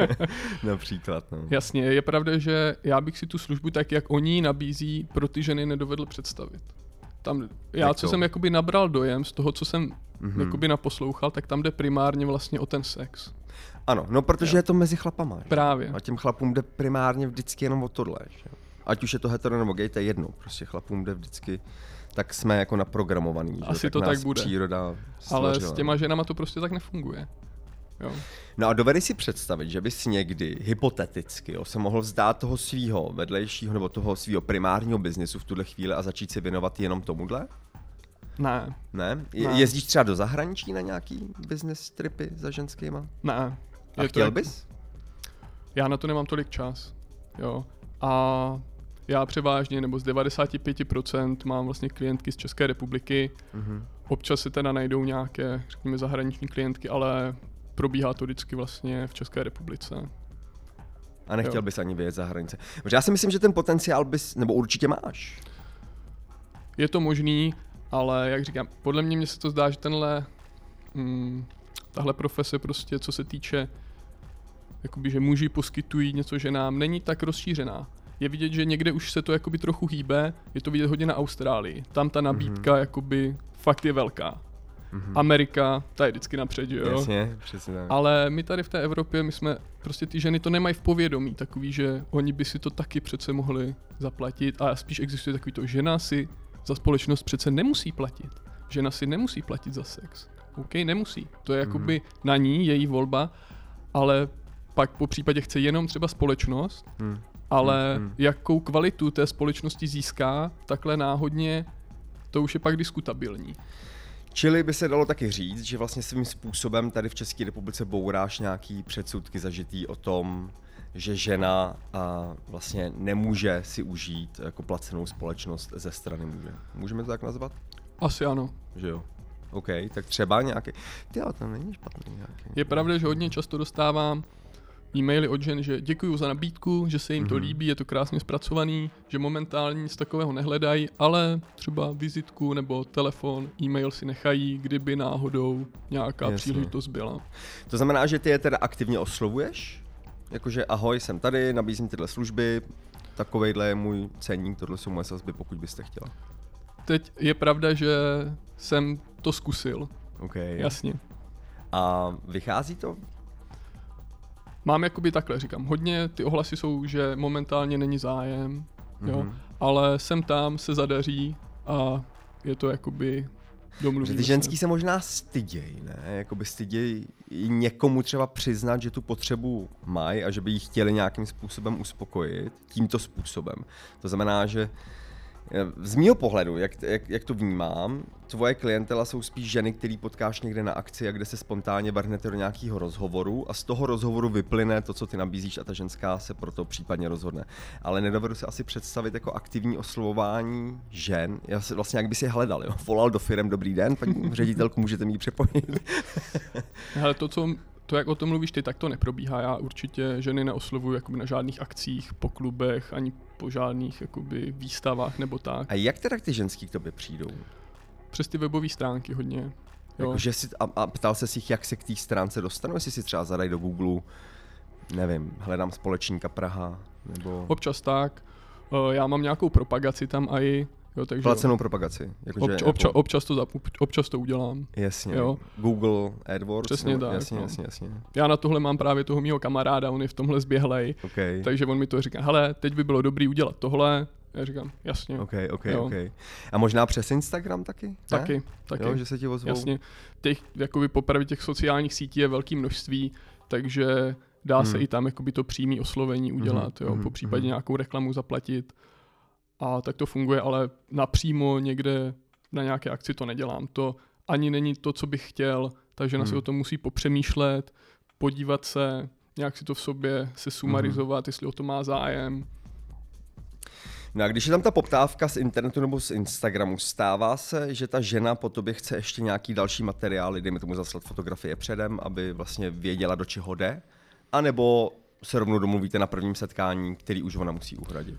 Například. No. Jasně, je pravda, že já bych si tu službu tak, jak oni nabízí, pro ty ženy nedovedl představit. Tam, já, tak co to? jsem jakoby nabral dojem z toho, co jsem mm-hmm. jakoby naposlouchal, tak tam jde primárně vlastně o ten sex. Ano, no protože jo. je to mezi chlapama. Že? Právě. A těm chlapům jde primárně vždycky jenom o tohle. Že? Ať už je to hetero nebo gay, to je jedno. Prostě chlapům jde vždycky... tak jsme jako naprogramovaní. Asi že? to tak, tak bude. Příroda ale s těma ženama to prostě tak nefunguje. Jo. No a dovedeš si představit, že bys někdy hypoteticky jo, se mohl vzdát toho svýho vedlejšího nebo toho svýho primárního biznesu v tuhle chvíli a začít se věnovat jenom tomuhle? Ne. Ne? Je, ne. Jezdíš třeba do zahraničí na nějaký business tripy za ženskýma? Ne. A chtěl bys? Já na to nemám tolik čas. Jo. A já převážně, nebo z devadesát pět procent mám vlastně klientky z České republiky. Mm-hmm. Občas se teda najdou nějaké, řekněme, zahraniční klientky, ale probíhá to vždycky vlastně v České republice. A nechtěl jo. bys ani vyjet za hranice. Protože já si myslím, že ten potenciál bys, nebo určitě máš. Je to možný, ale jak říkám, podle mě mně se to zdá, že tenhle, mm, tahle profese prostě, co se týče, jakoby, že muži poskytují něco ženám, není tak rozšířená. Je vidět, že někde už se to jakoby trochu hýbe, je to vidět hodně na Austrálii. Tam ta nabídka mm-hmm. jakoby fakt je velká. Mm-hmm. Amerika, ta je vždycky napřed, jo? Jasně, přesně tak. Ale my tady v té Evropě, my jsme, prostě ty ženy to nemají v povědomí, takový, že oni by si to taky přece mohli zaplatit a spíš existuje takový to, žena si za společnost přece nemusí platit. Žena si nemusí platit za sex. OK, nemusí. To je jakoby mm-hmm. na ní, její volba, ale pak po případě chce jenom třeba společnost, mm. ale hmm, hmm. jakou kvalitu té společnosti získá, takhle náhodně, to už je pak diskutabilní. Čili by se dalo taky říct, že vlastně svým způsobem tady v České republice bouráš nějaký předsudky zažitý o tom, že žena a vlastně nemůže si užít jako placenou společnost ze strany muže. Můžeme to tak nazvat? Asi ano. Že jo. OK, tak třeba nějaký. Tyjo, to není špatný nějaký. Je pravda, že hodně často dostávám e-maily od žen, že děkuju za nabídku, že se jim mm-hmm. to líbí, je to krásně zpracovaný, že momentálně nic takového nehledají, ale třeba vizitku nebo telefon, e-mail si nechají, kdyby náhodou nějaká Jasně. příležitost byla. To znamená, že ty je teda aktivně oslovuješ? Jakože ahoj, jsem tady, nabízím tyhle služby, takovejhle je můj cenník, tohle jsou moje sazby, pokud byste chtěla. Teď je pravda, že jsem to zkusil. Okay. Jasně. A vychází to? Mám jakoby takhle, říkám, hodně ty ohlasy jsou, že momentálně není zájem, mm-hmm. jo, ale sem tam se zadaří a je to jakoby domluví. Že ty ženský se možná stydějí, ne? Jakoby stydějí někomu třeba přiznat, že tu potřebu mají a že by ji chtěli nějakým způsobem uspokojit tímto způsobem. To znamená, že Z mýho pohledu, jak, jak, jak to vnímám, tvoje klientela jsou spíš ženy, který potkáš někde na akci a kde se spontánně vrhnete do nějakého rozhovoru a z toho rozhovoru vyplyne to, co ty nabízíš a ta ženská se pro to případně rozhodne. Ale nedovedu si asi představit jako aktivní oslovování žen. Já si vlastně jak by si je hledal, jo? Volal do firem, dobrý den, paní ředitelku, můžete mi ji přepojit. Ale to, co To, jak o tom mluvíš ty, tak to neprobíhá. Já určitě ženy neoslovuju jakoby na žádných akcích, po klubech, ani po žádných jakoby výstavách nebo tak. A jak teda ty ženský k tobě přijdou? Přes ty webové stránky hodně. Jo. Jako, že si, a, a ptal se si jich, jak se k té stránce dostanu? Jestli si třeba zadají do Google, nevím, hledám společníka Praha, nebo... Občas tak. Já mám nějakou propagaci tam i. Jo, takže placenou propagaci. Jako, Obč, že, obča, jako... občas, to, občas to udělám. Jasně. Jo. Google AdWords. Přesně nebo, tak. Jasně, no. jasně, jasně. Já na tohle mám právě toho mýho kamaráda, on je v tomhle zběhlej. Okay. Takže on mi to říká, hele, teď by bylo dobrý udělat tohle. Já říkám, jasně. Okay, okay, okay. A možná přes Instagram taky? Ne? Taky, taky. Jo, že se ti ozvou? Jasně. Těch, jakoby popravit těch sociálních sítí je velké množství, takže dá hmm. se i tam jakoby to přímé oslovení udělat, hmm. jo, po případě hmm. nějakou reklamu zaplatit. A tak to funguje, ale napřímo někde na nějaké akci to nedělám. To ani není to, co bych chtěl, ta žena hmm. si o tom musí popřemýšlet, podívat se, nějak si to v sobě se sumarizovat, hmm. jestli o to má zájem. No a když je tam ta poptávka z internetu nebo z Instagramu, stává se, že ta žena po tobě chce ještě nějaký další materiály, dejme tomu zaslat fotografie předem, aby vlastně věděla, do čeho jde, anebo se rovnou domluvíte na prvním setkání, který už ona musí uhradit?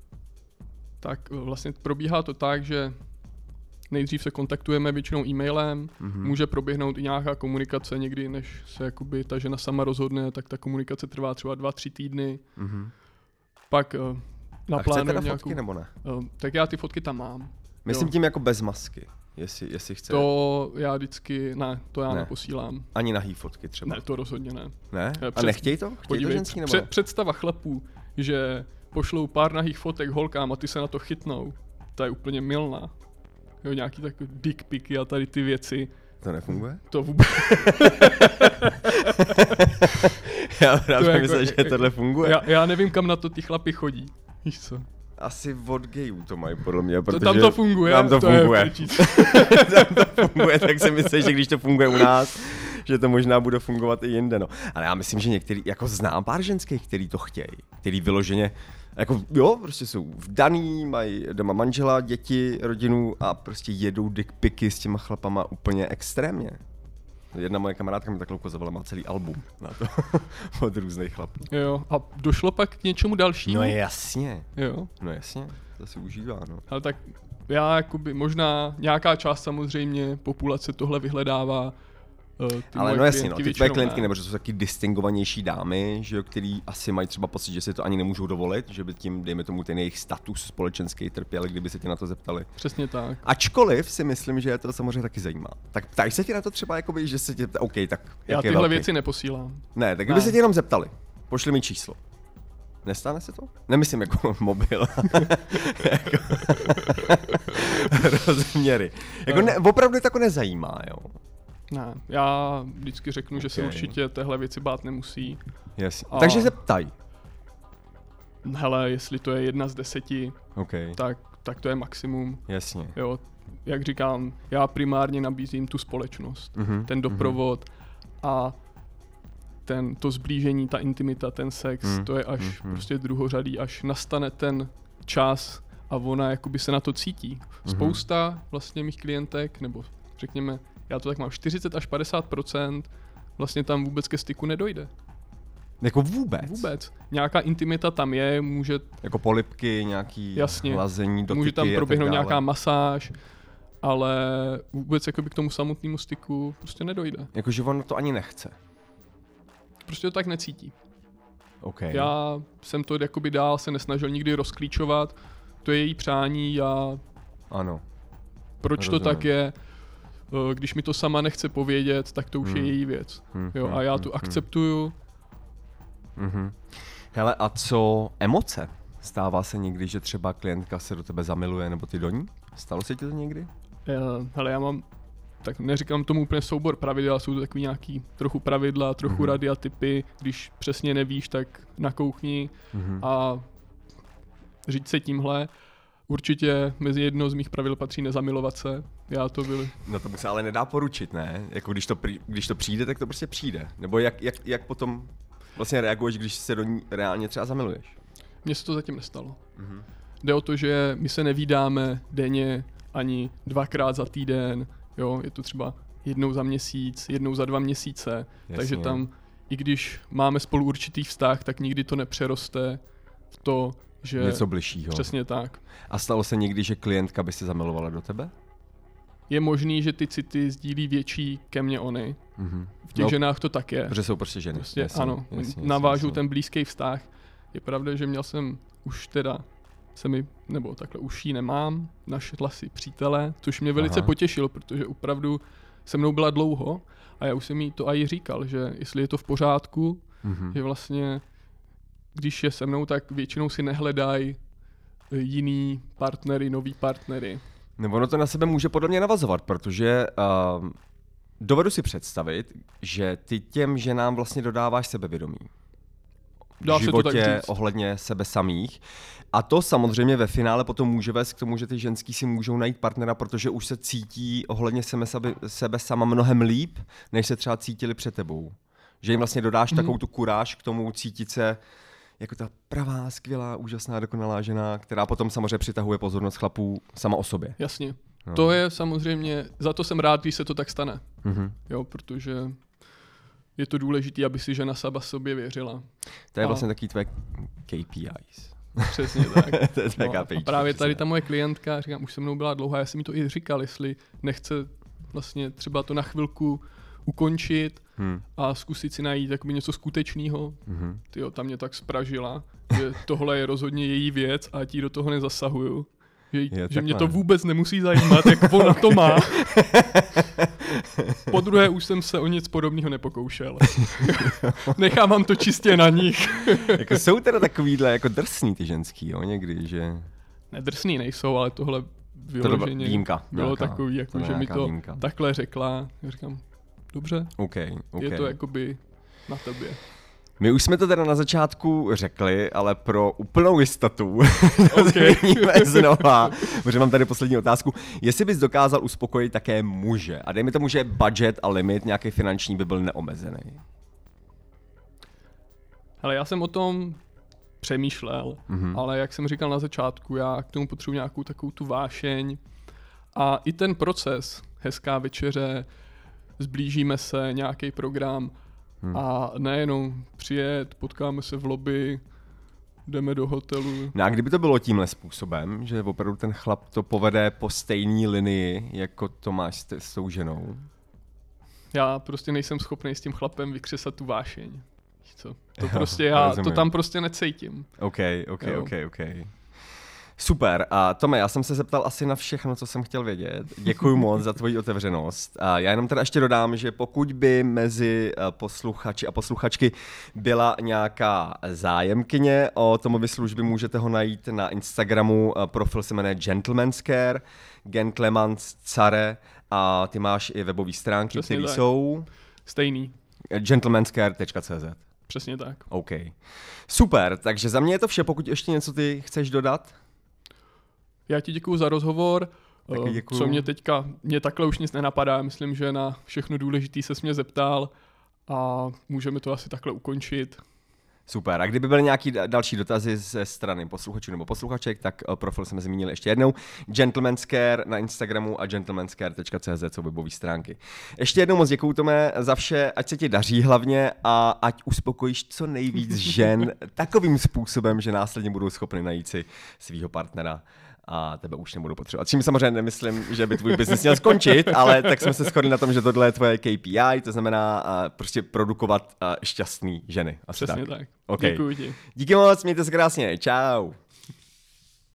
Tak vlastně probíhá to tak, že nejdřív se kontaktujeme většinou e-mailem, mm-hmm. může proběhnout i nějaká komunikace někdy, než se jakoby ta žena sama rozhodne, tak ta komunikace trvá třeba dva, tři týdny. Mm-hmm. Pak uh, naplánujeme nějakou... fotky nebo ne? Uh, tak já ty fotky tam mám. Myslím jo. tím jako bez masky, jestli, jestli chce. To já vždycky, ne, to já ne. neposílám. Ani nahý fotky třeba? Ne, to rozhodně ne. Ne? Před... A nechtějí to? Chtějí Podívej, to ženský nebo před, představa chlapů, že pošlou pár nahých fotek holkám a ty se na to chytnou. To je úplně mylná. Jo, nějaký takový dick picy a tady ty věci. To nefunguje? To vůbec. Já právě to myslím, jako, že tohle funguje. Já, já nevím, kam na to ty chlapy chodí. Víš co? Asi od gayů to mají podle mě, protože... To, tam to funguje. Tam to, to funguje. Tam to funguje, tak si myslím, že když to funguje u nás, že to možná bude fungovat i jinde, no. Ale já myslím, že některý, jako znám pár ženských, který to chtějí, který vyloženě, jako jo, prostě jsou vdaný, mají doma manžela, děti, rodinu a prostě jedou dick picy s těma chlapama úplně extrémně. Jedna moje kamarádka mi takhle ukazovala, má celý album na to od různých chlapů. Jo, a došlo pak k něčemu dalšímu? No jasně. Jo. No jasně, to si užívá, no. Ale tak já jakoby, možná nějaká část samozřejmě populace tohle vyhledává. Ty ale no jasně, no, ty tvoje klientky, ne. nebo že jsou taky distingovanější dámy, že jo, který asi mají třeba pocit, že si to ani nemůžou dovolit, že by tím, dejme tomu, ten jejich status společenský trpěl, kdyby se tě na to zeptali. Přesně tak. Ačkoliv si myslím, že je to samozřejmě taky zajímá. Tak ptají se ti na to třeba, jakoby, že se tě, OK, tak já tyhle velký? Věci neposílám. Ne, tak kdyby ne. se tě jenom zeptali, pošli mi číslo. Nestane se to? Nemyslím jako mobil. jako rozměry. Jako ne, opravdu to jako nezajímá, jo. Ne, já vždycky řeknu, okay. že se určitě téhle věci bát nemusí. Yes. A... Takže se ptají. Hele, jestli to je jedna z deseti, okay. tak, tak to je maximum. Jasně. Jo, jak říkám, já primárně nabízím tu společnost, mm-hmm. ten doprovod mm-hmm. a ten, to zblížení, ta intimita, ten sex, mm-hmm. to je až mm-hmm. prostě druhořadý, až nastane ten čas a ona jakoby se na to cítí. Spousta mm-hmm. vlastně mých klientek, nebo řekněme, já to tak mám, čtyřicet až padesát procent vlastně tam vůbec ke styku nedojde. Jako vůbec? Vůbec. Nějaká intimita tam je, může... Jako polibky, nějaký jasně, hlazení, dotyky může tam proběhnout nějaká masáž, ale vůbec jakoby k tomu samotnému styku prostě nedojde. Jakože on to ani nechce. Prostě to tak necítí. Okay. Já jsem to jakoby dál se nesnažil nikdy rozklíčovat, to je její přání, já... Ano. Proč Rozumím. To tak je? Když mi to sama nechce povědět, tak to už hmm. je její věc. Hmm. Jo, a já tu hmm. akceptuju. Hmm. Hele, a co emoce? Stává se někdy, že třeba klientka se do tebe zamiluje, nebo ty do ní? Stalo se ti to někdy? Hele, já mám, tak neříkám tomu úplně soubor pravidel, jsou to takový nějaký trochu pravidla, trochu hmm. rady a tipy. Když přesně nevíš, tak nakoukni hmm. a říct se tímhle. určitě mezi jedno z mých pravidel patří nezamilovat se. Já to byl. No to se ale nedá poručit, ne? Jako když to, když to přijde, tak to prostě přijde. Nebo jak, jak, jak potom vlastně reaguješ, když se do ní reálně třeba zamiluješ? Mně se to zatím nestalo. Mm-hmm. Jde o to, že my se nevídáme denně ani dvakrát za týden, jo, je to třeba jednou za měsíc, jednou za dva měsíce, jasně. Takže tam, i když máme spolu určitý vztah, tak nikdy to nepřeroste v to, že... Něco bližšího. Přesně tak. A stalo se někdy, že klientka by se zamilovala do tebe? Je možný, že ty city sdílí větší ke mně ony. Mm-hmm. V těch no, ženách to tak je. Protože jsou prostě ženy. Prostě, jasně, ano, jasně, navážu jasně. ten blízký vztah. Je pravda, že měl jsem už teda se mi, nebo takhle už jí nemám, našla si přítele, což mě velice Aha. potěšilo, protože opravdu se mnou byla dlouho a já už jsem jí to i říkal, že jestli je to v pořádku, mm-hmm. že vlastně když je se mnou, tak většinou si nehledají jiný partnery, nový partnery. Nebo ono to na sebe může podle mě navazovat, protože uh, dovedu si představit, že ty těm ženám vlastně dodáváš sebevědomí. Dá v životě ohledně sebe samých. A to samozřejmě ve finále potom může vést k tomu, že ty ženský si můžou najít partnera, protože už se cítí ohledně sebe, sebe sama mnohem líp, než se třeba cítili před tebou. Že jim vlastně dodáš mm. takovou tu kuráž k tomu cítit se jako ta pravá, skvělá, úžasná, dokonalá žena, která potom samozřejmě přitahuje pozornost chlapů sama o sobě. Jasně. No. To je samozřejmě, za to jsem rád, když se to tak stane. Mm-hmm. Jo, protože je to důležité, aby si žena sama sobě věřila. To je a... vlastně takový tvoje K P Is. Přesně tak. To je no, a právě tady ta moje klientka, říkám, už se mnou byla dlouho, já jsem mi to i říkal, jestli nechce vlastně třeba to na chvilku ukončit hmm. a zkusit si najít jakoby něco skutečného. Hmm. Tyjo, ta mě tak spražila, že tohle je rozhodně její věc a ti do toho nezasahuju. Že, že mě to vůbec nemusí zajímat, jak ona to má. Po druhé už jsem se o nic podobného nepokoušel. Nechávám to čistě na nich. Jako jsou teda takovýhle jako drsný ty ženský, jo, někdy, že... Nedrsný nejsou, ale tohle vyloženě výjimka, bylo nějaká, takový, jako, to že mi to výjimka. takhle řekla. Já říkám, dobře, okay, okay. je to jakoby na tobě. My už jsme to teda na začátku řekli, ale pro úplnou jistotu okay. zmíníme znova, protože mám tady poslední otázku. Jestli bys dokázal uspokojit také muže, a dejme tomu, že budget a limit nějaký finanční by byl neomezený. Hele, já jsem o tom přemýšlel, mm-hmm. ale jak jsem říkal na začátku, já k tomu potřebuji nějakou takovou tu vášeň a i ten proces, hezká večeře, zblížíme se, nějaký program, Hmm. A nejenom přijet, potkáme se v lobby, jdeme do hotelu. No a kdyby to bylo tímhle způsobem, že opravdu ten chlap to povede po stejné linii, jako to máš s, t- s tou ženou? Já prostě nejsem schopný s tím chlapem vykřesat tu vášeň. Co? To jo, prostě já, rozumím. To tam prostě necítím. OK, OK, jo. OK, OK. Super. A Tome, já jsem se zeptal asi na všechno, co jsem chtěl vědět. Děkuji moc za tvoji otevřenost. A já jenom teda ještě dodám, že pokud by mezi posluchači a posluchačky byla nějaká zájemkyně o Tomovy služby, můžete ho najít na Instagramu. Profil se jmenuje Gentleman's Care, Gentleman's Care a ty máš i webové stránky, které jsou... Stejný. gentlemanscare tečka cé zet. Přesně tak. OK. Super, takže za mě je to vše, pokud ještě něco ty chceš dodat? Já ti děkuju za rozhovor. Taky děkuju. Co mě teďka, mě takhle už nic nenapadá, myslím, že na všechno důležitý ses mě zeptal a můžeme to asi takhle ukončit. Super, a kdyby byly nějaký další dotazy ze strany posluchačů nebo posluchaček, tak profil jsme zmínil ještě jednou. Gentleman's Care na Instagramu a gentlemanscare tečka cé zet jsou webové stránky. Ještě jednou moc děkuju, Tome, za vše, ať se ti daří hlavně a ať uspokojíš co nejvíc žen takovým způsobem, že následně budou schopny najít si svýho partnera a tebe už nebudu potřebovat. Čím samozřejmě nemyslím, že by tvůj biznis měl skončit, ale tak jsme se shodli na tom, že tohle je tvoje K P I, to znamená uh, prostě produkovat uh, šťastný ženy. Asi Přesně tak. tak. Okay. Děkuji ti. Díky moc, mějte se krásně. Čau.